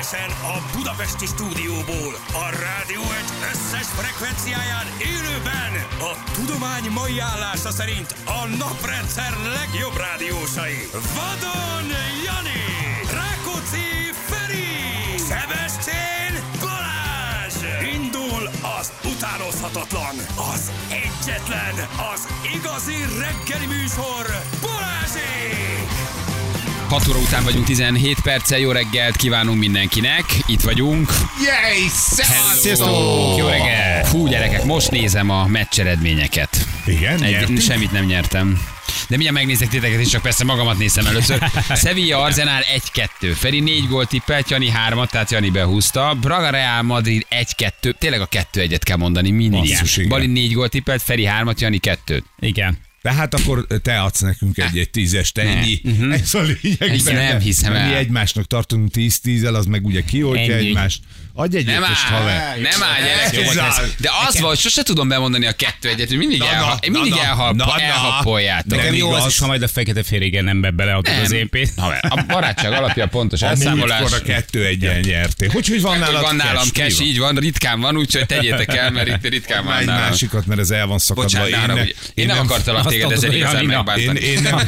Egyenesen a budapesti stúdióból, a rádió egy összes frekvenciáján élőben a tudomány mai állása szerint a naprendszer legjobb rádiósai. Vadon Jani, Rákóczi Feri, Sebestyén Balázs. Indul az utánozhatatlan, az egyetlen, az igazi reggeli műsor, Balázsék! 6 óra után vagyunk, 17 perccel, jó reggelt kívánunk mindenkinek, itt vagyunk. Yay! Sziasztok! Jó reggelt! Fú, gyerekek, most nézem a meccs eredményeket. Igen, semmit nem nyertem. De mindjárt megnézek titeket is, csak persze magamat nézem először. Sevilla Arsenal 1-2. Feri 4 gólt tippelt, Jani 3-at, tehát Jani behúzta. Braga Real Madrid 1-2. Tényleg a 2-1-et kell mondani mindig. Bali 4 gólt tippelt, Feri 3-at, Jani 2-t. Igen. Tehát akkor te adsz nekünk egy 10-est, ennyi. Ez a lényeg. Nem hiszem el. Mi egymásnak tartunk 10-10-el, az meg ugye kioltja egymást. Adj egy nem ötöst, haver. Nem áll, gyerek. De az van, hogy sose tudom bemondani a 2-1-et, hogy mindig elhappoljátok. Nekem jó az is, ha majd a fekete férégen nem beleadod az én pénzt. A barátság alapja pontos elszámolás. Amikor a 2-1-en nyertél. Hogy van nálad van nálam cash, így van, ritkán van, úgyhogy tegyétek el, mert itt ritkán van nálam. Egy másikat, mert ez el van szakadva. Én nem akartalak téged ezzel igazán megbántani. Én nem.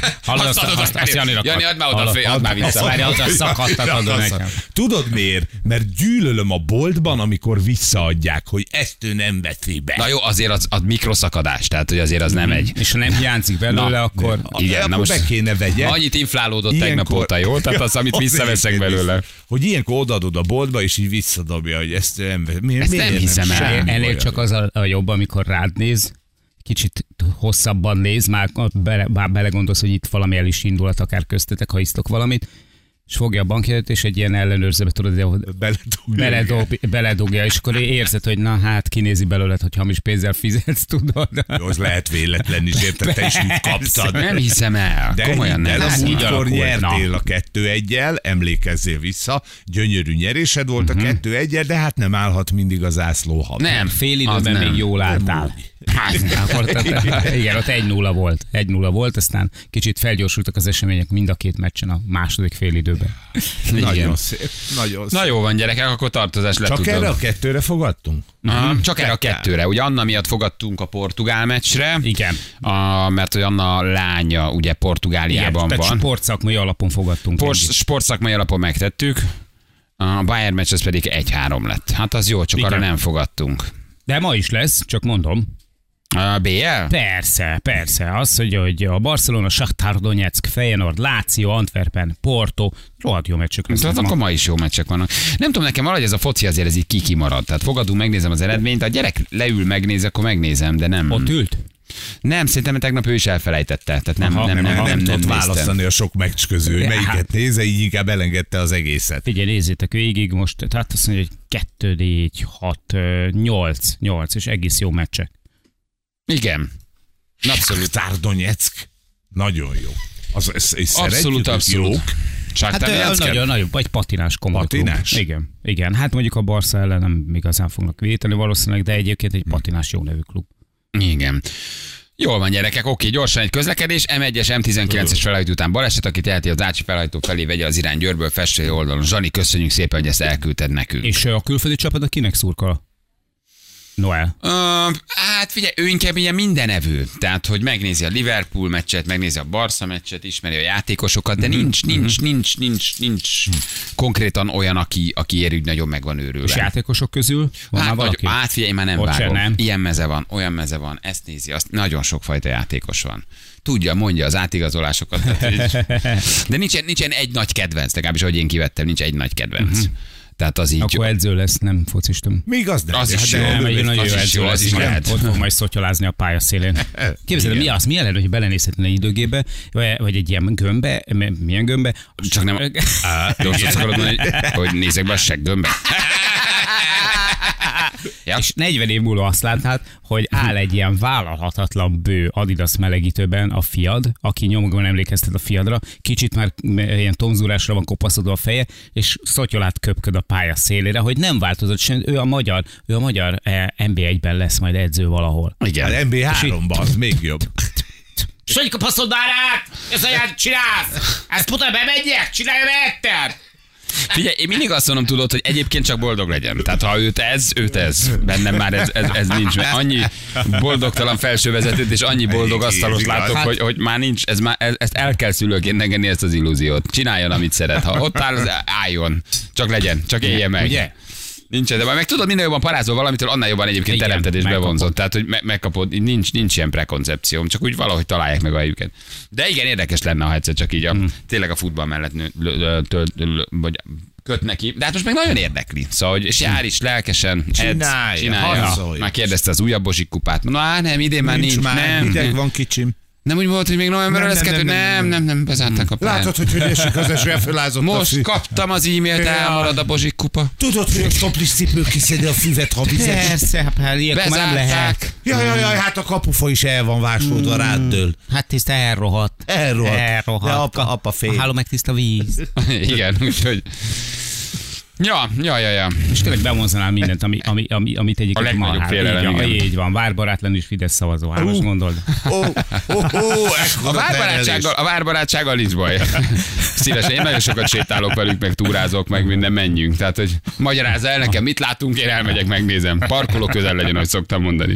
Jani, add már oda, add már vissza. Várj, oda szakadtak adod nekem. Tudod miért? Mert gyűlölöm a boltban, amikor visszaadják, hogy ezt ő nem veszi be. Na jó, azért az mikroszakadás, tehát hogy azért az nem egy. És ha nem hiányzik belőle, akkor... Igen, akkor most be kéne vegye. Annyit inflálódott tegnap óta, jó? Tehát az, amit visszaveszek belőle. Hogy ilyenkor odaadod a boltba, és így visszadobja, hogy ezt nem veszi. Ezt nem hiszem el. Ennél csak az a jobb, amikor rád néz, kicsit hosszabban néz, már belegondolsz, hogy itt valami el is indulat, akár köztetek, ha isztok valamit, és fogja a bankjegyet, és egy ilyen ellenőrzőbe tudod, beledugja, és akkor érzed, hogy na hát kinézi belőled, hogy hamis pénzzel fizetsz, tudod. Jó, az lehet véletlen is, érted, te is úgy kaptad. Nem hiszem el, komolyan nem. De hiszem el. Amikor nyertél a 2-1-jel, emlékezzél vissza, gyönyörű nyerésed volt a 2-1-jel, de hát nem állhat mindig az zászló hat. Nem, fél időben még jól álltál. Igen, ott 1-0 volt. 1-0 volt, aztán kicsit felgyorsultak az események mind a két meccsen a második fél időben. Nagyon szép, nagyon szép. Na jó van, gyerekek, akkor tartozás le Csak tudom. erre a 2-re fogadtunk? Csak erre a 2-re. Ugye Anna miatt fogadtunk a portugál meccsre. Igen. Mert hogy Anna lánya ugye Portugáliában van. Tehát sportszakmai alapon fogadtunk. Sportszakmai alapon megtettük. A Bayern meccs az pedig 1-3 lett. Hát az jó, csak igen. Arra nem fogadtunk. De ma is lesz, csak mondom. A BL? Persze. Az, hogy a Barcelona, Shakhtar Donetsk, Feyenoord, Lazio, Antwerpen, Porto, rohadt jó meccsük lesz. Tehát akkor ma is jó meccsek vannak. Nem tudom, nekem valahogy ez a foci azért ez így kimarad. Tehát fogadunk, megnézem az eredményt, a gyerek leül, megnéz, akkor megnézem, de nem. Ott ült? Nem, szerintem tegnap ő is elfelejtette. Tehát nem tudott választani a sok meccs közül, hogy melyiket nézze, így inkább elengedte az egészet. Figyelj, nézzétek végig most, tehát azt mondja, hogy 2, 4, 6, 8, és egész jó meccsek. Igen. Abszolút. Shakhtar Donetsk. Nagyon jó. Abszolút. Jók. Hát nagyon, vagy patinás komoly. Patinás? Igen. Hát mondjuk a Barca ellen nem igazán fognak véteni valószínűleg, de egyébként egy patinás jó nevű klub. Igen. Jól van, gyerekek, oké, gyorsan egy közlekedés. M1-es, M19-es felhajtó után baleset, aki teheti az Ácsi felhajtó felé, vegye az irány Győrből felső oldalon. Zsani, köszönjük szépen, hogy ezt elküldted nekünk. És a külföldi csapat kinek szurkol? Noel. Hát figyelj, ő inkább ilyen mindenevő. Tehát, hogy megnézi a Liverpool meccset, megnézi a Barca meccset, ismeri a játékosokat, de nincs konkrétan olyan, aki érügy nagyon meg van őrülve. És játékosok közül van már valaki? Hát figyelj, már nem vágom. Nem. Ilyen meze van, olyan meze van, ezt nézi, azt nagyon sokfajta játékos van. Tudja, mondja az átigazolásokat. De nincsen egy nagy kedvenc, legalábbis ahogy én kivettem, nincs egy nagy kedvenc. Tehát az így akkor edző lesz, nem focistom. Még az nem. Az is jó. Egy nagyon jó edző lesz, lehet. Ott fog majd szotyolázni a pályaszélén. Képzeld, mi ellen, hogy belenézhetne egy időgébe, vagy egy ilyen gömbbe, milyen gömbbe? Csak nem, azt akarod mondani, hogy nézzek be a seggömbbe. Ja. És 40 év múlva azt látnád, hogy áll egy ilyen vállalhatatlan bő Adidas melegítőben a fiad, aki nyomokban emlékeztet a fiadra, kicsit már ilyen tomzúrásra van kopaszodva a feje, és szotyolát köpköd a pálya szélére, hogy nem változott sem, ő a magyar NB1-ben lesz majd edző valahol. Igen, hát NB3-ban, az még jobb. Sanyi, passzod már át! Ez olyan csinálsz! Ezt puta bemegyek? Csinálja Etter! Figyelj, én mindig azt mondom, tudod, hogy egyébként csak boldog legyen. Tehát ha őt ez. Bennem már ez nincs. Annyi boldogtalan felsővezetőt és annyi boldog asztalos látok, hogy már nincs, ezt el kell szülőként engedni, ezt az illúziót. Csináljon, amit szeret. Ha ott áll, álljon. Csak legyen, csak élje meg. Ugye? Nincs, de meg tudod, minél jobban parázol valamitől, annál jobban egyébként teremted és bevonzott. Tehát, hogy megkapod, nincs ilyen prekoncepcióm, csak úgy valahogy találják meg a helyüket. De igen, érdekes lenne, ha egyszer csak így tényleg a futball mellett vagy köt neki. De hát most meg nagyon érdekli. Szóval, és jár is lelkesen, csinálja. Már kérdezte az újabb Bozsik kupát. Na, nem, idén már nincs. Nem, hideg van, kicsim. Nem úgy volt, hogy még novemberről lesz kettő? Nem, bezárták a pályát. Látod, hogy esik az eső, elfölázott. Most kaptam az e-mailt, elmarad a Bozsik kupa. Tudod, hogy a stoplis cipő kiszedi a füvet, ha vizet. Persze, hát ilyenkor már nem lehet. Jaj, hát a kapufa is el van vásódva, ráddől. Hát tiszta elrohadt. De apa fél. A háló meg tiszta víz. Igen, úgyhogy... Ja. És tényleg bevonzanál mindent, amit egyik a legnagyobb félelem, igen. Így van, várbarátlan is Fidesz szavazó. Hát most gondold. A várbarátsággal nincs baj. Szívesen, én nagyon sokat sétálok velük, meg túrázok, meg minden, menjünk. Tehát, hogy magyarázza el nekem, mit látunk, én elmegyek, megnézem. Parkoló közel legyen, ahogy szoktam mondani.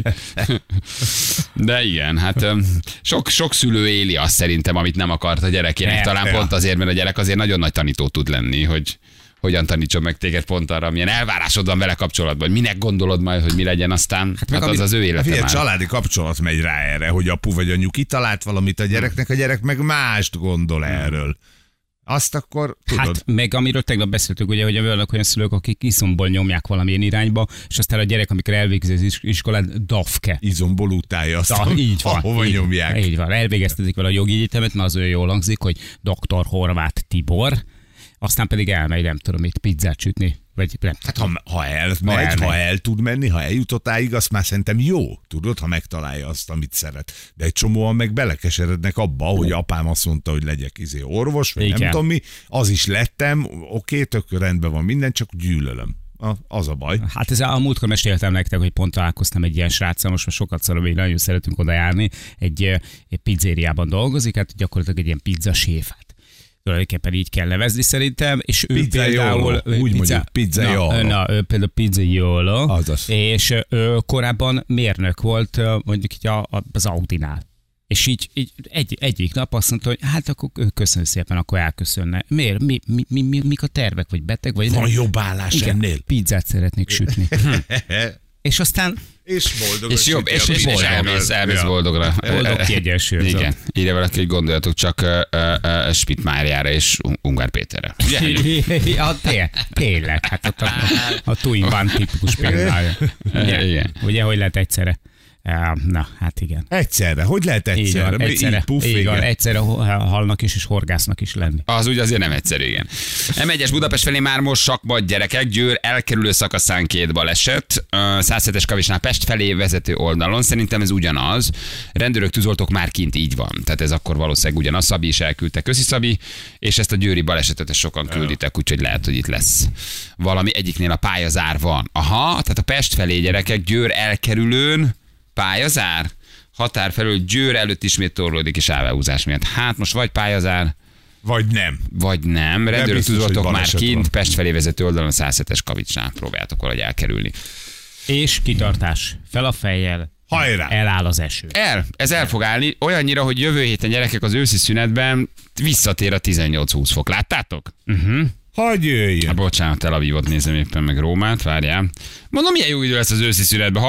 De igen, hát sok szülő éli azt szerintem, amit nem akart a gyerekének. Talán pont azért, mert a gyerek azért nagyon nagy tanító tud lenni, hogy hogyan tanítson meg téged pont arra, milyen elvárásod van vele kapcsolatban, hogy minek gondolod majd, hogy mi legyen aztán, hát az ő élete már. Családi kapcsolat megy rá erre, hogy apu vagy anyu kitalált valamit a gyereknek, a gyerek meg mást gondol erről. Azt akkor tudod. Hát meg amiről tegnap beszéltük, ugye, hogy vannak olyan szülők, akik izomból nyomják valamilyen irányba, és aztán a gyerek, amikor elvégzi az iskolát, dafke. Izomból utálja azt, így van, hova nyomják. Így van, elvégeztetik vele a jogi egyetemet, mert az ő jól hangzik, hogy dr. Horváth Tibor, aztán pedig elmegy, nem tudom, itt pizzát sütni. Vagy nem. Hát ha el tud menni, ha eljut odáig, azt már szerintem jó, tudod, ha megtalálja azt, amit szeret. De egy csomóan meg belekeserednek abba, hogy apám azt mondta, hogy legyek orvos, vagy nem tudom mi, az is lettem, oké, tök rendben van minden, csak gyűlölöm. Az a baj. Hát ez a múltkor meséltem nektek, hogy pont találkoztam egy ilyen sráccal, most már sokat szólom, nagyon szeretünk oda járni, egy pizzériában dolgozik, hát gyakorlatilag egy ilyen pizzaséf. Tulajdonképpen így kell nevezni szerintem, és ő például... Például pizzaiolo, és ő korábban mérnök volt mondjuk így az Audinál. És így egyik nap azt mondta, hogy hát akkor köszönöm szépen, akkor elköszönne. Miért? Mik a tervek? Vagy beteg? Vagy van jobb állás ennél? Pizzát szeretnék sütni. És aztán... És boldog. És jobb, és elmész boldogra. Boldog kiegyensúly. Igen. Írja valaki, hogy gondoljatok csak Spitmáriára és Ungár Péterre. Ja, tényleg. Hát ott a two-in-one tipikus példája. Igen. Ugye, hogy lehet egyszerre? Na, hát igen. Egyszerre? Hogy lehet egyszerre? Így van, egyszerre halnak is, és horgásznak is lenni. Az úgy azért nem egyszerű, igen. M1-es Budapest felé már most sakmat gyerekek, Győr elkerülő szakaszán 2 baleset, 107-es Kavicsnál Pest felé vezető oldalon, szerintem ez ugyanaz. Rendőrök, tűzoltók már kint, így van. Tehát ez akkor valószínűleg ugyanaz. Szabi is elküldte, köszi Szabi, és ezt a győri balesetet sokan külditek, úgyhogy lehet, hogy itt lesz valami. Egyiknél a pályazár van. Aha, tehát a Pest felé gyerekek, Győr elkerülőn pályazár, határ felül Győr előtt ismét torlódik és ávehúzás miatt. Hát most vagy pályazár, vagy nem. Rendőrök, tűzoltók már kint, Pest felé vezető oldalon 107-es Kavicsnál próbáltok valahogy elkerülni. És kitartás, fel a fejjel. Hajrá! Eláll az eső. Ez el fog állni, olyannyira, hogy jövő héten gyerekek az őszi szünetben visszatér a 18-20 fok. Láttátok? Hagyj jöjjön. Bocsánat, Tel Avivot nézem éppen, meg Rómát, várjál. Mondom, milyen jó idő lesz az őszi szünetben,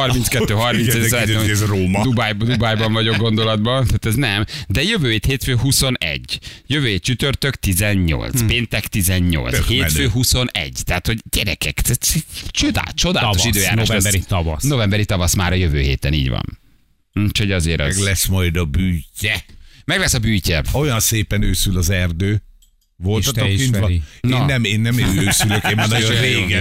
32-30, Dubájban vagyok gondolatban, tehát ez nem. De jövő hétfő 21, jövő hét csütörtök 18, péntek 18, hétfő 21. Tehát, hogy gyerekek, csodálatos időjárás lesz. Novemberi tavasz már a jövő héten, így van. Úgyhogy azért az... Meg lesz majd a bűtje. Meg lesz a bűtje. Olyan szépen őszül az erdő. Voltatok kint? Én nem őszülök, én már nagyon régen.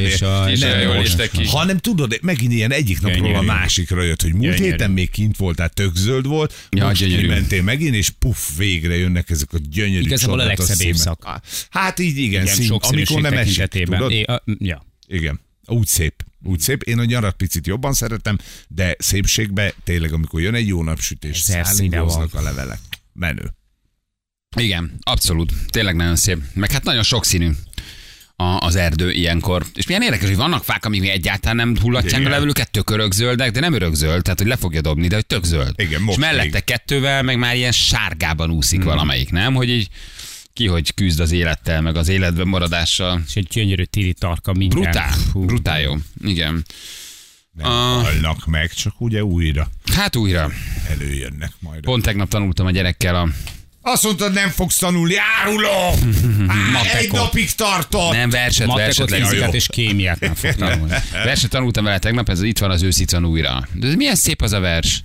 Hanem tudod, megint ilyen egyik napról a másikra jött, hogy múlt héten még kint voltál, tök zöld volt, most kimentél megint, és puff, végre jönnek ezek a gyönyörű igazából a legszebb évszak. Hát így igen, amikor nem esik, tudod? Ja. Igen, úgy szép. Én a nyarat picit jobban szeretem, de szépségbe tényleg, amikor jön egy jó napsütés, szállítóznak a levelek. Menő. Igen, abszolút. Tényleg nagyon szép. Meg hát nagyon sokszínű az erdő ilyenkor. És milyen érdekes, hogy vannak fák, amik egyáltalán nem hullatják a levelüket, tök örökzöldek, de nem örökzöld, tehát hogy le fogja dobni, de hogy tök zöld. Igen, és mellette kettővel meg már ilyen sárgában úszik valamelyik, nem? Hogy így hogy küzd az élettel, meg az életben maradással. És egy gyönyörű téli tarka minden. Brutál jó. Igen. Nem halnak meg, csak ugye újra. Hát újra. Előjönnek majd. Pont tegnap tanultam a gyerekkel Azt mondtad, nem fogsz tanulni, áruló! Egy napig tartott! Nem, verset, fizikát és kémiát nem fog tanulni. Verset tanultam vele tegnap, itt van az őszik van újra. De ez milyen szép az a vers.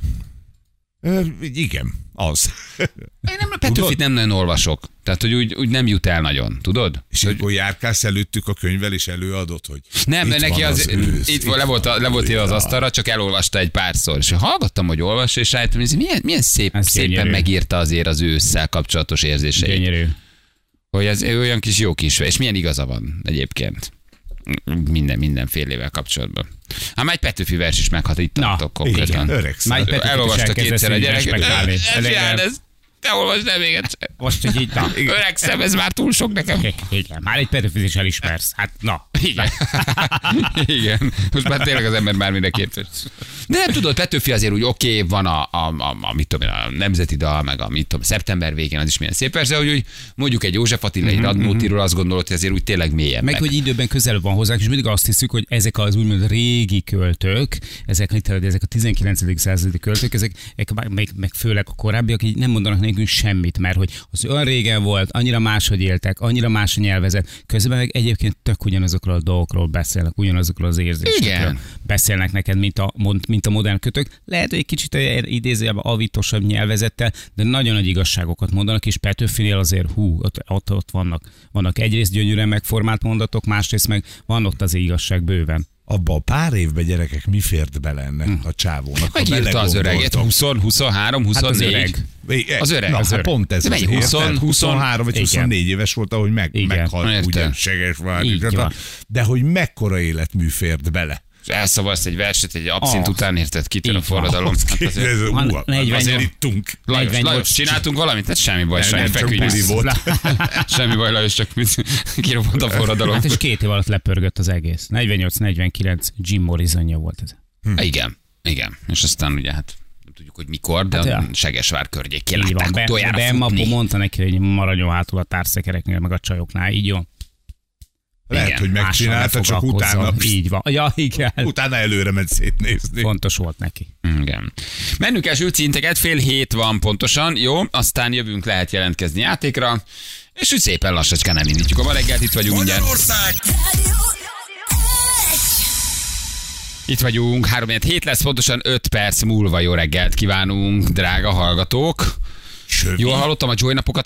Igen, az. Én nem, Petőfit nem nagyon olvasok. Tehát, hogy úgy nem jut el nagyon, tudod? És akkor járkálsz előttük a könyvvel, és előadod, hogy nem, neki itt le volt írva az asztalra, csak elolvasta egy párszor. És hallgattam, hogy olvas, és rájöttem, hogy milyen szépen megírta azért az ősszel kapcsolatos érzéseit. Gyönyörű. Hogy ez olyan kis jó kis, és milyen igaza van egyébként. Mindenfélével kapcsolatban. Hát már egy Petőfi vers is meghatítatok konkrétan. Elolvasta kétszer a gyereket. Te olvasd el még egyszer. Most, hogy így, öregszem, ez már túl sok nekem. Igen, már egy Petőfit is elismersz. Hát, na. Igen. Igen. Most már tényleg az ember már mindenki értő. De nem tudod, Petőfi azért úgy oké, van mit tudom, a nemzeti dal, meg szeptember végén az is milyen szép vers, de hogy mondjuk egy József Attila, egy Radnótiról azt gondolod, hogy azért úgy tényleg mélyen. Meg hogy időben közelebb van hozzánk, és mindig azt hiszük, hogy ezek az úgymond régi költők, ezek a 19. századi költők, ezek meg főleg a korábbiak, így nem mondanak nekünk semmit, mert hogy az olyan régen volt, annyira máshogy éltek, annyira más a nyelvezet, közben meg egyébként tök ugyanazokról a dolgokról beszélnek, ugyanazokról az érzésekről beszélnek neked, mint a modern kötők. Lehet, hogy egy kicsit idézőjelben avitosabb nyelvezettel, de nagyon nagy igazságokat mondanak, és Petőfinél azért ott vannak egyrészt gyönyörűen megformált mondatok, másrészt meg van ott az igazság bőven. Abba a pár évben, gyerekek, mi fért bele ennek a csávónak? Megírta az öreget, 20, 23, 24. Hát az öreg. Na, hát pont ez az 23 vagy 24 éves volt, ahogy meghalt, ugye seges vált. De hogy mekkora életmű fért bele. Elszavazta egy verset, egy abszint után érted, kitör a forradalom. Azért ittunk. Lajos, csináltunk valamit? Hát semmi baj, semmi baj, Lajos, csak kirobbant a forradalom. Hát és 2 év alatt lepörgött az egész. 48-49 Jim Morrisonja volt ez. Igen. És aztán ugye hát nem tudjuk, hogy mikor, de a Segesvár környékén látták utoljára futni. Mondta neki, hogy maradjon hátul a társzekereknél, meg a csajoknál, így jó. Lehet, hogy megcsinálta, csak utána. Így van. Ja, igen. Utána előre ment szétnézni. Fontos volt neki. Igen. Mennünk el zsülcinteket, 6:30 van pontosan, jó? Aztán jövünk, lehet jelentkezni játékra, és úgy szépen lassacskán nem indítjuk a ma reggelt, itt vagyunk mindjárt. Itt vagyunk, 3-7 lesz, pontosan 5 perc múlva jó reggelt kívánunk, drága hallgatók. Jól hallottam, a Joy napokat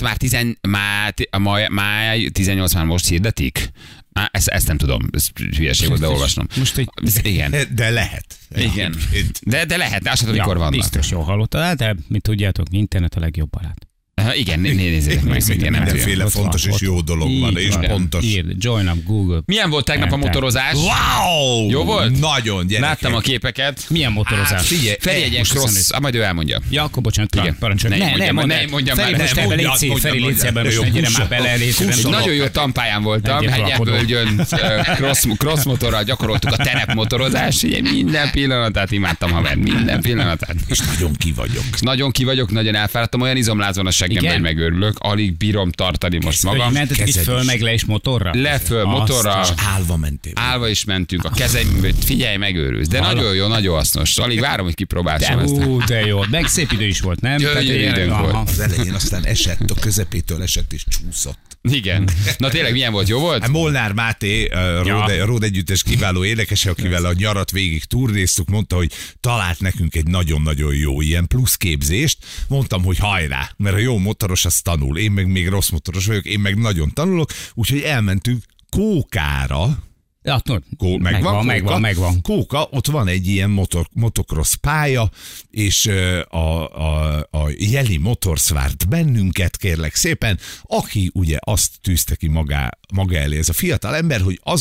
máj 18 már most hirdetik? Ezt nem tudom, ez hülyeség volt, de olvasnom. Igen. De lehet. Igen. De lehet, de azt sem tudom, mikor vannak. Biztos jól hallottad, de mint tudjátok, internet a legjobb barát. Igen, nézzétek meg. Mindenféle fontos és jó dolog van, és pontos. Join up Google. Milyen volt tegnap a motorozás? Wow! Jó volt? Nagyon, gyerekek. Láttam a képeket. Milyen motorozás? Figyelj, Feri egy cross, majd ő elmondja. Ja, akkor bocsánat, parancsolj. Ne mondjam már. Feri, légy szépen, most ne gyere már bele. Nagyon jó tampályán voltam, Hegyelbölgyön cross motorral gyakoroltuk a terepmotorozást. Minden pillanatát imádtam, haver, minden pillanatát. És nagyon ki vagyok, nagyon elfáradtam, olyan izomláz van a seggemben, hogy megőrülök, alig bírom tartani most magam. Mentetek itt föl, meg le is motorra? Föl motorra. Álva mentél. Álva is mentünk, a kezeim, figyelj, megőrülsz. De nagyon jó, nagyon hasznos. Alig várom, hogy kipróbálsam ezt. De jó, meg szép idő is volt, nem? Idő volt. Az elején aztán esett, a közepétől esett és csúszott. Igen. Na tényleg milyen volt? Jó volt? Molnár Máté, Ród együttes kiváló énekese, akivel a nyarat végig turnéztuk, mondta, hogy talált nekünk egy nagyon-nagyon jó ilyen pluszképzést. Mondtam, hogy hajrá, mert a jó motoros az tanul. Én meg még rossz motoros vagyok, én meg nagyon tanulok, úgyhogy elmentünk Kókára. Ja, megvan. Kóka, ott van egy ilyen motocross pálya, és a Jeli Motors várt bennünket, kérlek szépen, aki ugye azt tűzte ki maga elé ez a fiatal ember, hogy azon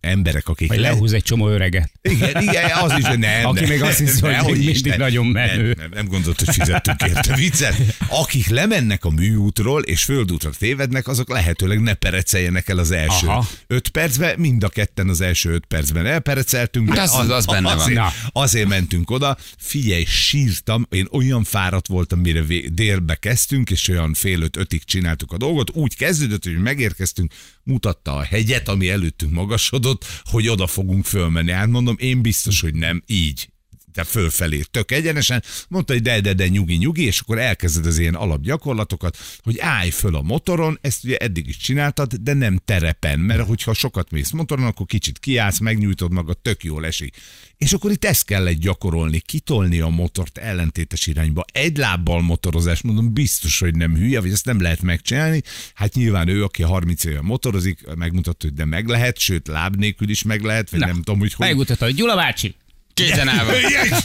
emberek, akik Vagy lehúz egy csomó öreget. Igen, az is, nem. Aki még azt hiszi, hogy még mindig nagyon menő. Nem gondolt, hogy fizettünk érte viccet. Akik lemennek a műútról és földútra tévednek, azok lehetőleg ne pereceljenek el az első 5 percben. Mind a ketten az első 5 percben elpereceltünk. Az benne van. Azért mentünk oda. Figyelj, sírtam. Én olyan fáradt voltam, mire délbe kezdtünk, és olyan 4:30-5-ig csináltuk a dolgot. Úgy kezdődött, hogy megérkeztünk, mutatta a hegyet, ami előttünk magasodott, hogy oda fogunk fölmenni. Hát mondom, én biztos, hogy nem így. De fölfelé, tök egyenesen, mondta, hogy de nyugi, és akkor elkezded az ilyen alapgyakorlatokat, hogy állj föl a motoron, ezt ugye eddig is csináltad, de nem terepen, mert hogyha sokat mész motoron, akkor kicsit kiállsz, megnyújtod magad, tök jól esik. És akkor itt ezt kellett gyakorolni, kitolni a motort ellentétes irányba. Egy lábbal motorozás, mondom, biztos, hogy nem hülye, vagy ezt nem lehet megcsinálni. Hát nyilván ő, aki 30 éve motorozik, megmutatta, hogy de meg lehet, sőt láb nélkül is meg lehet, vagy nem tudom, hogy... Megmutatta, hogy Gyula bácsi. Kézen állva.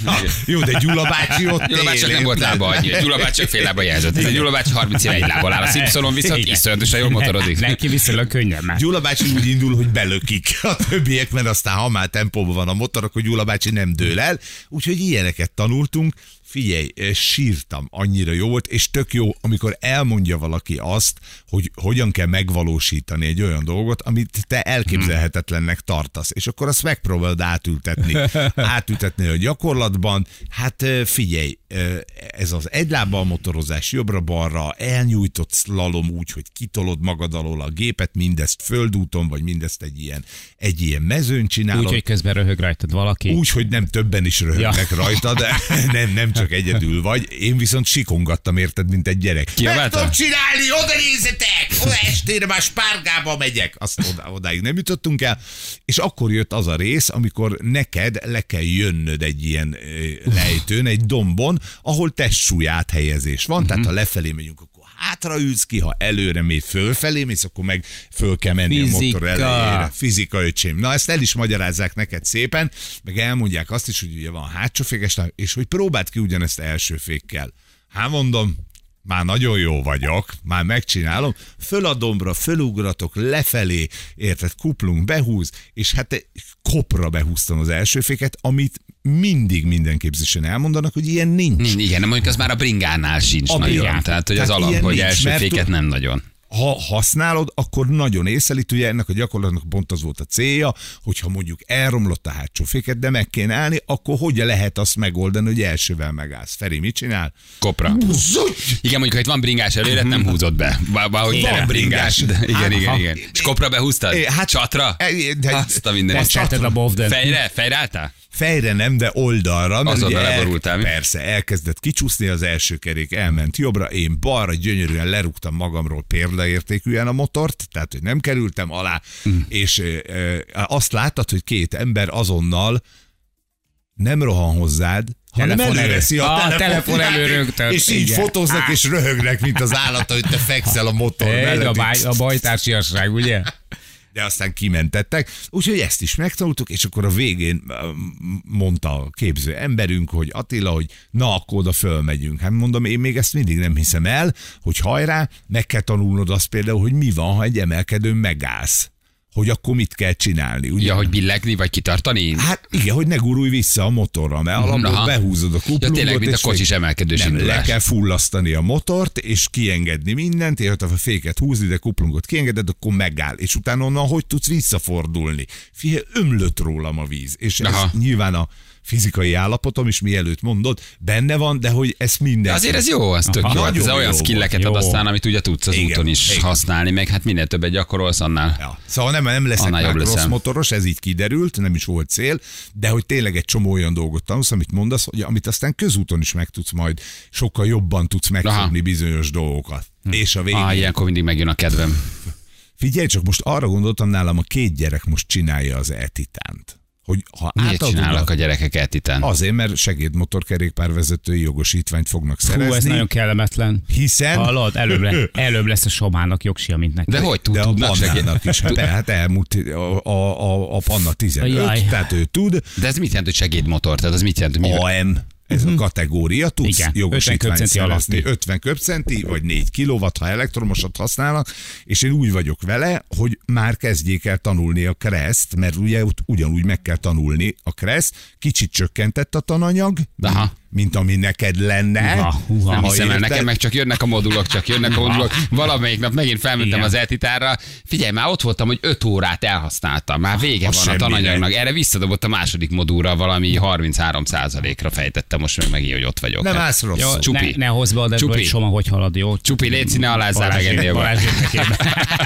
Jó, de Gyula bácsi ott Gyula bácsi nem volt lába annyira. Gyula bácsi csak fél lába jelzett. Ez a Gyula bácsi 30 éve egy lábbal áll. A Simpsonon viszont iszonyatosan jól motorozik. Neki viszonylag könnyen már. Gyula bácsi úgy indul, hogy belökik a többiek, mert aztán ha már tempóban van a motor, akkor Gyula bácsi nem dől el. Úgyhogy ilyeneket tanultunk. Figyelj, sírtam, annyira jó volt, és tök jó, amikor elmondja valaki azt, hogy hogyan kell megvalósítani egy olyan dolgot, amit te elképzelhetetlennek tartasz, és akkor azt megpróbálod átültetni a gyakorlatban. Hát figyelj, ez az egylábbal motorozás jobbra-balra, elnyújtott slalom úgy, hogy kitolod magad alól a gépet, mindezt földúton, vagy mindezt egy ilyen mezőn csinálod. Úgy, hogy közben röhög rajtad valaki. Úgy, hogy nem többen is röhögnek rajtad, nem csak egyedül vagy. Én viszont sikongattam, érted, mint egy gyerek. Meg tudom csinálni, oda nézzetek! Oda estére már Spárgába megyek. Azt odáig nem jutottunk el. És akkor jött az a rész, amikor neked le kell jönnöd egy ilyen lejtőn, egy dombon, ahol testsúly áthelyezés van. Tehát ha lefelé megyünk, akkor hátra ülsz ki, ha előre mész, fölfelé mész, akkor meg föl kell menni a motor elejére. Fizika, öcsém. Na, ezt el is magyarázzák neked szépen, meg elmondják azt is, hogy ugye van hátsó fékes, és hogy próbáld ki ugyanezt első fékkel. Hát mondom, már nagyon jó vagyok, már megcsinálom, föl a dombra, fölugratok, lefelé, érted, kuplunk, behúz, és hát kopra behúztam az első féket, amit mindig minden képzésen elmondanak, hogy ilyen nincs. Igen, mondjuk az már a bringánál sincs nagyon. Tehát, hogy az alap, hogy nincs, első féket nem nagyon. Ha használod, akkor nagyon észlelít, ugye ennek a gyakorlatnak pont az volt a célja, hogyha mondjuk elromlott a hátsó féket, de meg kéne állni, akkor hogyan lehet azt megoldani, hogy elsővel megállsz. Feri mit csinál? Kopra. Igen, mondjuk, ha itt van bringás előre, nem húzott be. Valahogy van bringás. Igen. És kopra behúztad? Csatra? Azt a mindenit. Fejre álltál? Fejre nem, de oldalra. Azon persze, elkezdett kicsúszni az első kerék, elment jobbra, én balra gyönyörűen lerúgtam magamról példaértékűen a motort, tehát hogy nem kerültem alá, és azt láttad, hogy két ember azonnal nem rohan hozzád, hanem előveszi a telefon előrögtön. És így fotóznak és röhögnek, mint az állat, hogy te fekszel a motor mellett. A bajtársiasság, ugye? De aztán kimentettek, úgyhogy ezt is megtanultuk, és akkor a végén mondta a képző emberünk, hogy Attila, hogy na, akkor oda fölmegyünk. Hát mondom, én még ezt mindig nem hiszem el, hogy hajrá, meg kell tanulnod azt például, hogy mi van, ha egy emelkedőn megállsz. Hogy akkor mit kell csinálni. Ugye? Ja, hogy billegni, vagy kitartani? Hát igen, hogy ne gurulj vissza a motorra, mert alapból behúzod a kuplungot. Ja, tényleg, mint a kocsis emelkedős indulás. Le kell fullasztani a motort, és kiengedni mindent, és ha a féket húzni, de kuplungot kiengeded, akkor megáll. És utána onnan hogy tudsz visszafordulni? Figyelj, ömlött rólam a víz. És ez nyilván a fizikai állapotom is, mielőtt mondod, benne van, de hogy ez minden. Azért ez jó, az tök jó. Ez olyan skilleket ad aztán, amit ugye tudsz az úton is használni, meg hát minél többet gyakorolsz, annál. Ja. Szóval nem leszek már rossz motoros, ez így kiderült, nem is volt cél, de hogy tényleg egy csomó olyan dolgot tanulsz, amit mondasz, hogy amit aztán közúton is meg tudsz majd, sokkal jobban tudsz megfogni bizonyos dolgokat. És a végén. Ilyenkor mindig megjön a kedvem. Figyelj csak, most arra gondoltam, nálam a 2 gyerek most csinálja az e-titánt. Hogy ha miért csinálnak a gyerekek e-titán? Azért, mert segédmotorkerékpárvezetői jogosítványt fognak szerezni. Ez nagyon kellemetlen. Hiszen... Hallod, előbb lesz a Somának jogsia, mint neki. De hogy de a Pannának is. Hát elmúlt a Panna 15, tehát ő tud. De ez mit jelent, hogy segédmotor? Tehát az mit jelent, hogy AM. ez a kategória, tudsz Igen, jogosítványt 50 szerezni. alatti. 50 köbcenti, vagy 4 kilowatt, ha elektromosat használnak, és én úgy vagyok vele, hogy már kezdjék el tanulni a kreszt, mert ugye ugyanúgy meg kell tanulni a kreszt, kicsit csökkentett a tananyag, Aha. mint ami neked lenne. Nem Ha hiszem el, érted? nekem meg csak jönnek a modulok, Valamelyik nap megint felmentem Igen. az eltitárra. Figyelj, már ott voltam, hogy 5 órát elhasználtam. Már vége Az van a semmi tananyagnak. nem. Erre visszadobott a második modulra, valami 33%-ra fejtettem most meg megint, hogy ott vagyok. Nem Hát, állsz rosszul. Jó, Csupi. ne hozd be adásba, Csupi. hogy Soma hogy halad, jó? Csupi, légy ne alázzál meg ennél. Balázs érdekében.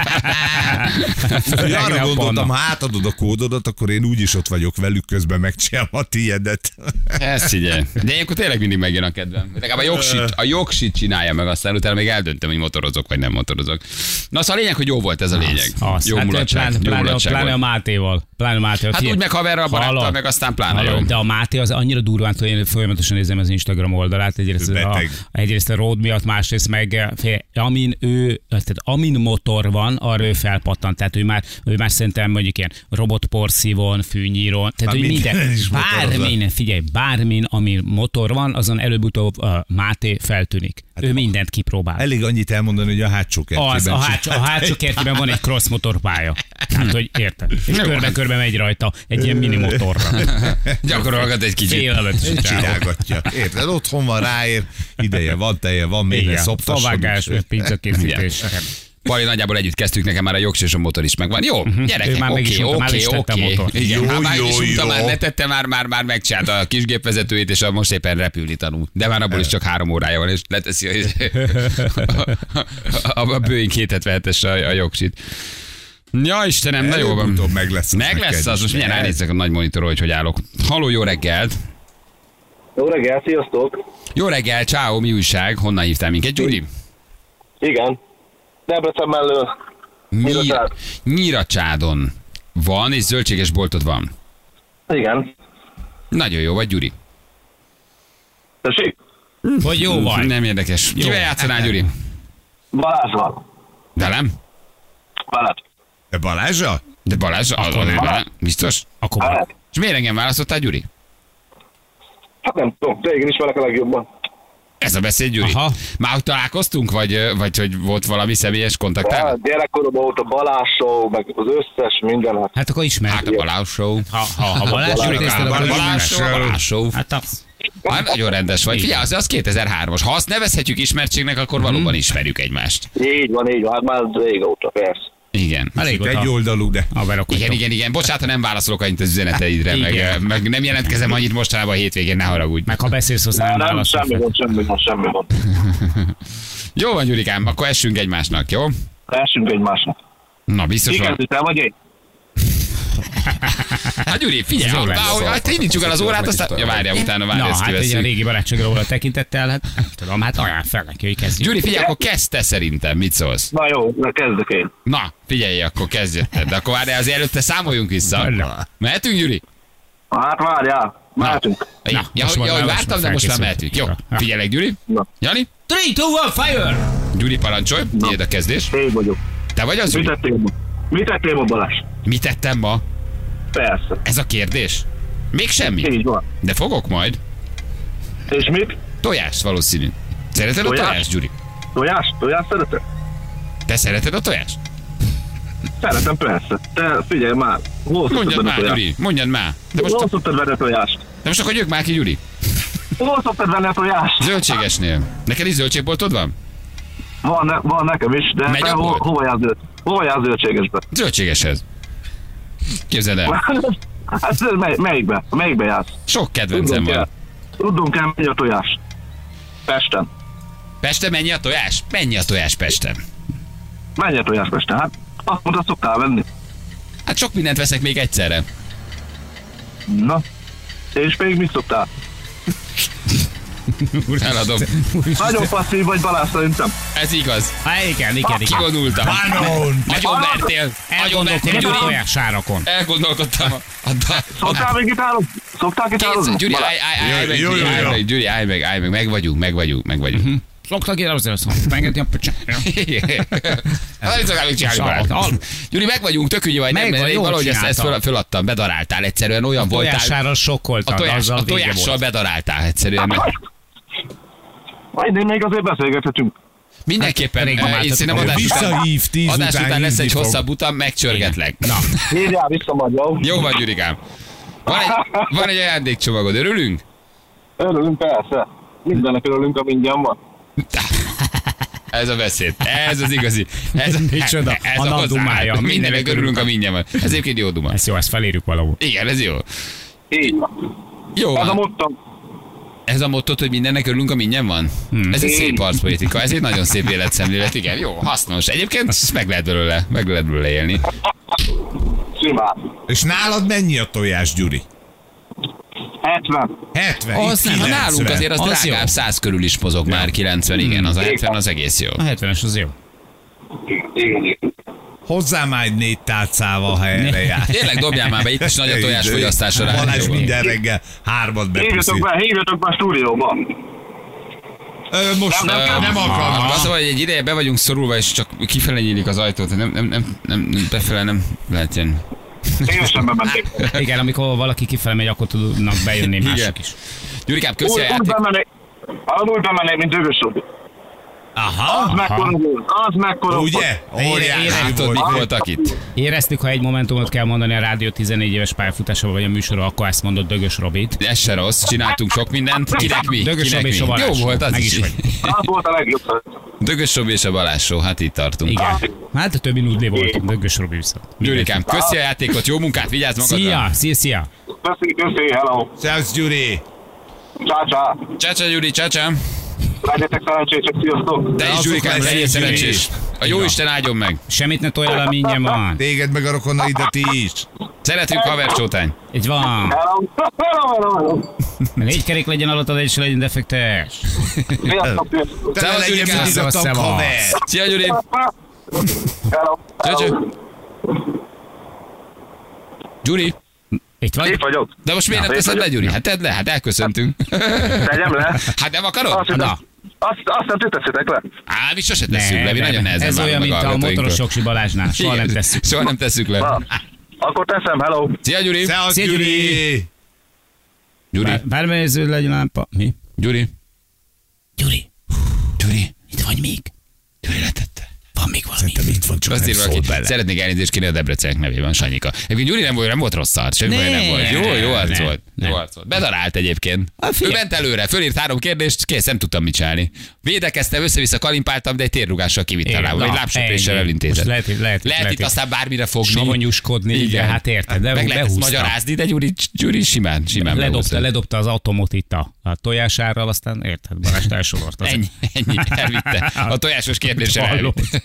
Arra Regnál gondoltam, panna. ha átadod a kódodat, akkor én úgyis ott vagyok velük, közben megcsinálom a tiédet. Ezt figyelj. De ilyenkor tényleg mindig megjön a kedvem. Legalább a jogsit csinálja meg, aztán utána még eldöntöm, hogy motorozok vagy nem motorozok. Na szóval a lényeg, hogy jó volt ez a lényeg. Jó mulatság. Jó mulatság Pláne a volt. Mátéval. Hát úgy meg haverral, baráttal, Hallod? meg aztán pláne jó. De a Máté az annyira durván, hogy én folyamatosan nézem az Instagram oldalát. Egyrészt a road miatt, másrészt meg amin motor van, arra ő felpattant. Tehát ő már szerintem mondjuk ilyen robotporszívon, fűnyíron, tehát Már ő minden minden, is bármin, figyelj, bármin, ami motor van, azon előbb-utóbb Máté feltűnik. Ő mindent kipróbál. Elég annyit elmondani, hogy a hátsó kertjében Az, a hátsó kertjében van egy cross motorpálya. Hát, hogy érted? És körbe-körbe megy rajta egy ilyen mini motorra. Gyakorolgat egy kicsit. Félelmetes. csinálgatja. Érted? Otthon van, ráér, ideje van, teje van, minden Igen, szoptasson. favágás, pizzakészítés. Pali, nagyjából együtt kezdtük, nekem már a jogsi és a motor is megvan. Jó, Ő gyerekek, már meg is oké, mondta, már is tette a motort. Igen, Jó, hát már is jó, mondta, jó. már letette, már megcsinálta a kisgépvezetőjét, és most éppen repülni tanul. De már abból is csak 3 órája van, és leteszi a Boeing 777-es a jogsit. Ja, Istenem, na jó van. Előbb-utóbb meg lesz. Meg lesz az, most mindjárt ránézzek a nagy monitorról, hogy állok. Halló, jó reggelt! Jó reggel, sziasztok! Jó reggel, ciao, mi újság? Honnan hívtál minket, Gyuri? Igen. Debrecen mellől. Nyíracsád. Nyíracsádon van, és zöldséges boltod van. Igen. Nagyon jó vagy, Gyuri. Tessék? Hogy jó vagy. Nem érdekes. Kivel játszanál, Gyuri? Balázsval. Velem? Veled. De Balázsa? De Balázs, biztos? Akkor Veled. És miért engem választottál, Gyuri? Hát nem tudom, téged ismerek a legjobban. Ez a beszéd, Gyuri. Aha. Már hogy találkoztunk, vagy hogy volt valami személyes kontaktál? Ja, gyerekkoromban volt a Balázs show, meg az összes minden. Hát akkor ismer. Hát a Balázs show. Ha Balázs nézted, akkor Balázs show, Balázs show. Hát az. Hát nagyon rendes vagy. Figyelj, az 2003-as. Ha azt nevezhetjük ismertségnek, akkor valóban ismerjük egymást. Így van, hát már régóta, persze. Igen. Elég Itt egy oldalú, de... Igen. Bocsánat, ha nem válaszolok annyit az üzeneteidre, meg nem jelentkezem annyit mostanában a hétvégén, ne haragudj. Meg ha beszélsz hozzá, nem Nem, válaszol. semmi gond. Jó van, Gyurikám, akkor essünk egymásnak, jó? Essünk egymásnak. Na, biztos van. Kikezdi, te vagy én? Hát Gyuri, figyelj, Jó lesz. ahogy indítsuk el az órát, aztán... Ja, várjál, utána Na, ezt hát ugye a kivesszük. régi barátságra volna tekintettel, hát nem tudom, hát ajánl fel neki, hogy kezdjük. Gyuri, figyelj, akkor kezd te szerintem, mit szólsz? Na jó, kezdek én. Na, figyelj, akkor kezdjél. De akkor várjál, azért előtte számoljunk vissza. Na. Mehetünk, Gyuri? Hát várjál, mehetünk. Ja, most már hogy most vártam, már de most már felkészültünk. mehetünk. Jó, Na. figyelek, Gyuri. Na. Jani? 3, 2, 1, fire! Gyuri, parancsolj, tiéd a kezdés. Én vagyok. Te vagy az, Mit Gyuri? tettél ma? Mit tettél ma, Balázs? Mit tettem ma? Persze. Ez a kérdés? Még semmi. Így van. De fogok majd. És mit? Tojás valószínű. Szereted a Tojás? tojást, Gyuri? Tojás szereted? Te szereted a tojást? Szeretem, persze. Te figyelj már. Hol szoktad Mondjad venni már, tojást? Gyuri, mondjad már. De Hol most, szoktad venni a tojást? de most akkor jöjjük már ki, Gyuri. Hol szoktad venni a tojást? Zöldségesnél. Neked is zöldségboltod van? Van nekem is, de Megy te a bolt? hova jársz zöldségesbe? Zöldségeshez. Képzeld el. Hát melyikbe jársz? Sok kedvencem van. Tudunk kell, mennyi a tojás. Pesten. Pesten mennyi a tojás? Mennyi a tojás Pesten? Mennyi a tojás Pesten? Hát azt mondta, szoktál venni. Hát sok mindent veszek még egyszerre. Na. És még mit szoktál? Eladom. Nagyon passzív vagy, Balázs, szerintem. Ez igaz. Hát igen. Kigondultam. Nagyon vertél. Nagyon vertél, Elgondolkodom a Gyuri. tojásárakon. Elgondolkodtam. Szoktál még gitározni? Szoktál gitározni? Gyuri, Balázs? állj meg, Gyuri, állj meg, meg vagyunk. Szoktak én azért azt mondani, megengedni a pöcsányra. Nem szokál még csinálni. Gyuri, meg vagyunk, tök ügyi vagy. Valahogy ezt föladtam, bedaráltál egyszerűen, olyan voltál. A tojására sokkoltad. A tojással bedaráltál egyszerűen. Majd én még azért beszélgethetünk. Mindenképpen, én szerintem adás után lesz egy hosszabb utam, megcsörgetlek. Na. Hívjál vissza majd, jó? Jó van, Gyurikám. Van egy ajándékcsomagod, örülünk? Örülünk, persze. Mindennek örülünk, a mindjárt van. Ez a beszéd, ez az igazi. Ez a a dumája. Mindennek örülünk, a mindjárt van. Ez egyébként jó duma. Ez jó, ezt felírjuk valahol. Igen, ez jó. Így van. Jó Ez a van. motto. Ez a motto, hogy mindennek örülünk, a mindjárt van? Ez egy szép arcpoetika, ez egy nagyon szép életszemlélet, igen, jó, hasznos. Egyébként meg lehet belőle élni. Simán. És nálad mennyi a tojás, Gyuri? 70. 70, Az nem, ha nálunk azért az drágább, jó. 100 körül is pozog már, 90, igen, az a 70 az egész jó. A 70-es az jó. Igen. Hozzá már egy 4 tálcával, ha erre jár. Tényleg dobjál már be, itt is nagy a tojásfogyasztás a Balázs rádióban. minden reggel 3-at bepuszít. Hívjatok be a stúdióba. Most nem Az akarnak. hogy egy ideje be vagyunk szorulva, és csak kifele nyílik az ajtót, nem befele nem lehet jönni. Szívesen bemennék. Igen, amikor valaki kifele megy, akkor tudnak bejönni mások is. Gyurikám, köszi a játék. Úgy bemennék, mint Dögösöd. Aha. Az mekkora. Ugye? Óriási Látod, mik volt. voltak itt? Éreztük, ha egy momentumot kell mondani a rádió 14 éves pályafutásával vagy a műsorról, akkor ezt mondott Dögös Robit. Ez se rossz, csináltunk sok mindent. Kinek mi? Dögös Kinek Robi és a mi? Balázs. Jó volt az Meg is. is vagy. Az volt a legjobb. Dögös Robi és a Balázs show, hát itt tartunk. Igen. Hát a többi nudli voltunk, Dögös Robi viszont. Gyurikám, köszi a játékot, jó munkát, vigyázz magadra. Szia. Köszi, hello. Szevasz, Gyuri. Csá. Csácsa, Gyuri, csácsa. Legyetek szerencsések, sziasztok. Te is, Gyurikám, Azok legyél leszünk, szerencsés. A jó Isten áldjon meg. Semmit ne toljál, a mindjárt van. Téged meg a rokonaidat is. Szeretünk, havercsótány. Így van. Hello. 4 kerék legyen alattad, és legyen defektes. Sziasztok. Te legyen Gyurikám. mindig a Szevasz. haver. Szia, Gyuri. Hello. Csácsa. Gyuri. Itt vagy? Itt vagyok. De most miért nem teszed le, Gyuri? Hát tedd le, hát elköszöntünk. Tegyem le. Hát nem akarod? Azt nem teszitek le. Á, mi sose tesszük le, mi nagyon nehezen Ez olyan, várunk mint a hallgatóinktól. motoros Soksi Balázsnál. Soha nem tesszük. Soha nem tesszük le. Na, akkor teszem, hello. Szia, Gyuri. Szevasz, Szia, Gyuri. Gyuri. Bármelyező legyen lámpa. Mi? Gyuri. Gyuri, itt vagy még? Gyuri letette. Van még valami? Szerintem itt van, csak Azt nem írva, szólt aki bele. szeretnék elnézést kérni a Debrecenek nevében, Sanyika. Egyébként Gyuri nem volt rossz arc, semmi baj nem volt. Jó arc nem, volt. nem. Jó arc volt. Bedarált egyébként. Ő ment előre, fölírt 3 kérdést, kész, nem tudtam mit csinálni. Védekeztem, össze-vissza kalimpáltam, de egy térrugással kivitt a lábam, egy lábsöpréssel elintézett. Lehet Itt aztán bármire fogni. savanyúskodni, igen, hát érted, de meg lehet ezt behúzta. magyarázni, de Gyuri simán behúzta. Ledobta az atomot itt a tojásárral, aztán érted, Balázs elsorolta. Ennyi, elvitte. A tojásos kérdésre elvitte.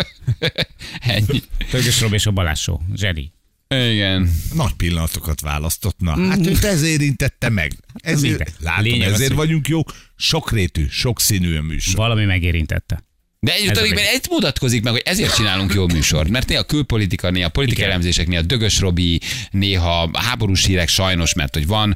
Ennyi. Dögös Robi és a Balázs show. Zseni. Igen. Nagy pillanatokat választott. Na, hát őt ez érintette meg. Minden. Látom, Lényeg az, ezért hogy- vagyunk jók. Sokrétű, sokszínű a műsor. Valami megérintette. De egyébként egy mutatkozik meg, hogy ezért csinálunk jó műsort, mert néha külpolitika, néha politikai elemzések, néha Dögös Robi, néha háborús hírek sajnos, mert hogy van,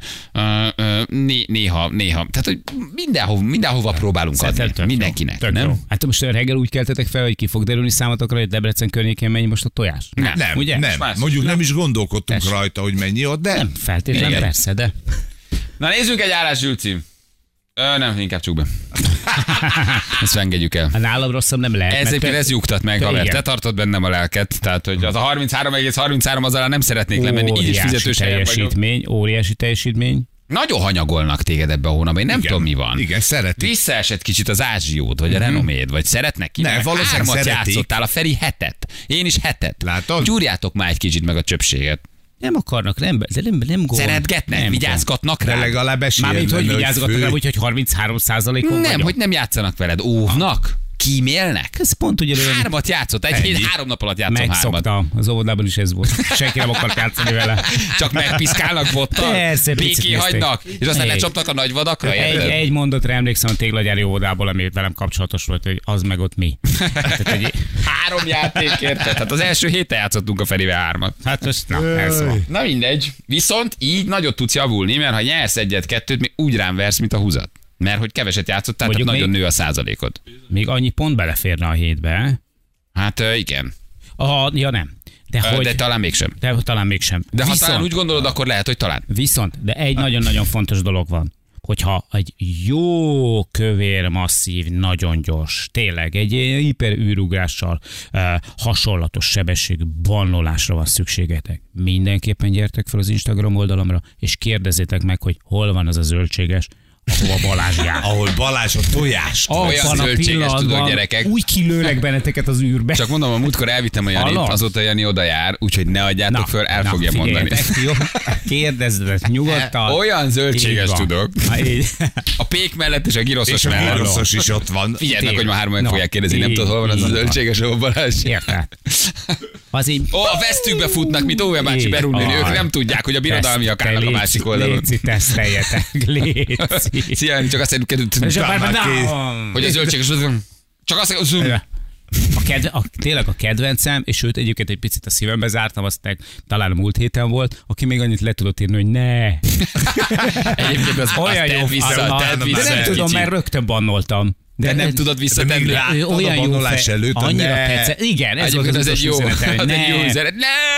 néha, tehát hogy mindenhova próbálunk Szerintem adni, tök mindenkinek, jó. Tök nem? jó. Hát most reggel úgy keltetek fel, hogy ki fog derülni számotokra, hogy Debrecen környékén mennyi most a tojás? Nem, ugye? nem. Más. Mondjuk nem is gondolkodtunk rajta, hogy mennyi ott, de Nem feltétlenül, Igen. persze, de... Na nézzünk egy állás, Zsülci. Nem, inkább csuk be. Ezt engedjük el. A nálam rosszabb nem lehet. mert Egyébként ez nyugtat meg, te haver. igen. Te tartod bennem a lelket. Tehát, hogy az a 33,33 az alá nem szeretnék lemenni, így is fizetős helyen vagyok. Óriási teljesítmény. Nagyon hanyagolnak téged ebbe a hónapban, én nem tudom mi van. igen, szeretik. Visszaesett kicsit az ázsiód, vagy a renoméd, vagy szeretnek ki? Ne, valószínűleg 3-at szeretik. játszottál, a Feri 7-et. Én is 7-et. Látod? Gyúrjátok már egy kicsit meg a csöpséget. Nem akarnak, nem gond. Szeretgetnek, Nem vigyázgatnak de rá. legalább esélye Mármint, hogy lenne, vigyázgatnak rá, fő. úgyhogy 33%-on Nem, vagyok. hogy nem játszanak veled. Óvnak? Kímélnek? Ez pont ugyanolyan. 3-at játszott, egy Ennyi. 3 nap alatt játszom 3-at. Megszoktam. Az óvodában is ez volt. Senki nem akart játszani vele. Csak megpiszkálnak bottal, Persze, picit békén hagynak, és aztán Egy. lecsapnak a nagy vadakra, érted? Egy mondatra emlékszem a téglagyári óvodából, ami velem kapcsolatos volt, hogy az meg ott mi. Tehát, hogy, 3 játékért. Hát az első héten játszottunk a Ferivel 3-at. hát most, na, ez van. Na mindegy. Viszont így nagyot tudsz javulni, mert ha nyersz 1-2, még úgy rám versz, mint a húzat. Mert hogy keveset játszottál, tehát nagyon nő a százalékod. Még annyi pont beleférne a 7-be. Hát igen. Ja nem. De talán mégsem. Talán mégsem. De ha talán úgy gondolod, akkor lehet, hogy talán. Viszont, de egy nagyon-nagyon fontos dolog van, hogyha egy jó, kövér, masszív, nagyon gyors, tényleg egy hiperűrugrással hasonlatos sebességű bannolásra van szükségetek, mindenképpen gyertek fel az Instagram oldalamra, és kérdezzétek meg, hogy hol van az a zöldséges, ahova Balázs jár. Ahol Balázs a tojást. Olyan zöldséges, tudod, gyerekek. Úgy kilőlek benneteket az űrbe. Csak mondom, a múltkor elvittem a Janit, azóta Jani oda jár, úgyhogy ne adjátok föl, el fogja mondani. Jó, kérdezzetek nyugodtan. Olyan zöldséges tudok. A pék mellett és a giroszos mellett. És a giroszos is ott van. Figyeljetek, hogy ma hárman fogják kérdezni, nem tudod, hol van az a zöldséges, ahol Balázs. Érted. A vesztükbe futnak, mint Óve bácsi berúgni, ők nem tudják, hogy a birodalmiak állnak a másik oldalon. Léci, teszteljetek, léci. Szia, csak azt mondjuk, hogy a zöldséges, csak azt tényleg a kedvencem, és őt egyébként egy picit a szívembe zártam, azt talán a múlt héten volt, aki még annyit le tudott írni, hogy ne. Egyébként az olyan jó vissza. De nem tudom, mert rögtön bannoltam. De nem tudod visszatenni. Olyan jó előtt, annyira tetszett. Igen, ez volt az egy jó üzenet.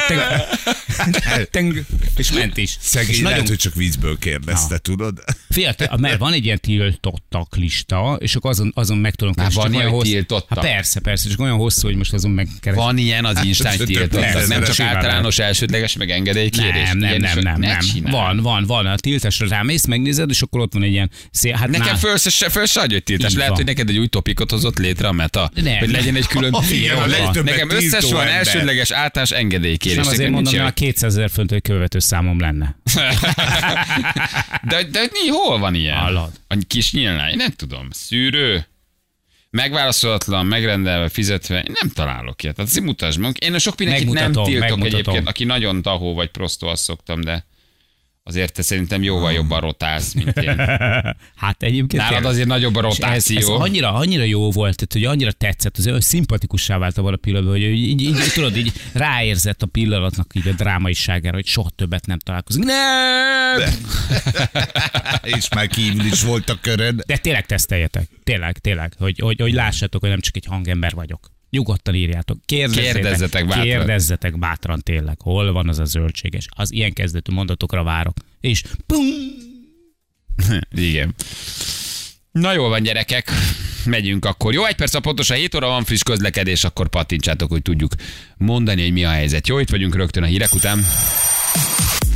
És ment is. Szegény lehet, hogy csak vízből kérdezte, tudod? Fiatal, mert van egy ilyen tiltottak lista, és akkor azon meg tudom keresni. Van ilyen, hogy tiltottak? Persze, csak olyan hosszú, hogy most azon megkeresni. Van ilyen az Instán tiltottak, nem csak általános elsődleges meg engedélykérés. Nem. Van. A tiltásra rámész, megnézed, és akkor ott van egy ilyen... Nekem föl se adj, hogy tiltás. Lehet, hogy neked egy új topikot hozott létre a Meta, hogy legyen egy külön... Nekem összes van elsődleges általános engedélykérés. Nem azért mondom, hogy 200 000 fölött követő számom lenne. De hol van ilyen? A kis nyílnány, nem tudom. Szűrő, megválaszolatlan, megrendelve, fizetve, nem találok ilyet. Tehát azért mutasd meg. Én sok mindenkit nem tiltok egyébként, aki nagyon tahó vagy prostó, azt szoktam, de azért te szerintem jóval jobban rotálsz, mint én. Hát egyébként... Nálad azért nagyobb a rotáció. Ez annyira jó volt, tehát, hogy annyira tetszett, azért szimpatikussá vált abban a pillanatban, hogy így ráérzett a pillanatnak így a drámaiságára, hogy soha többet nem találkozik. Nem! És már kívül is volt a körön. De tényleg teszteljetek. Tényleg, hogy lássátok, hogy nem csak egy hangember vagyok. Nyugodtan írjátok. Kérdezzetek bátran tényleg. Hol van az a zöldséges? Az ilyen kezdetű mondatokra várok. És pum! Igen. Na jól van, gyerekek. Megyünk akkor. Jó, 1 perc a pontosan 7 óra van friss közlekedés, akkor pattintsátok, hogy tudjuk mondani, hogy mi a helyzet. Jó, itt vagyunk rögtön a hírek után.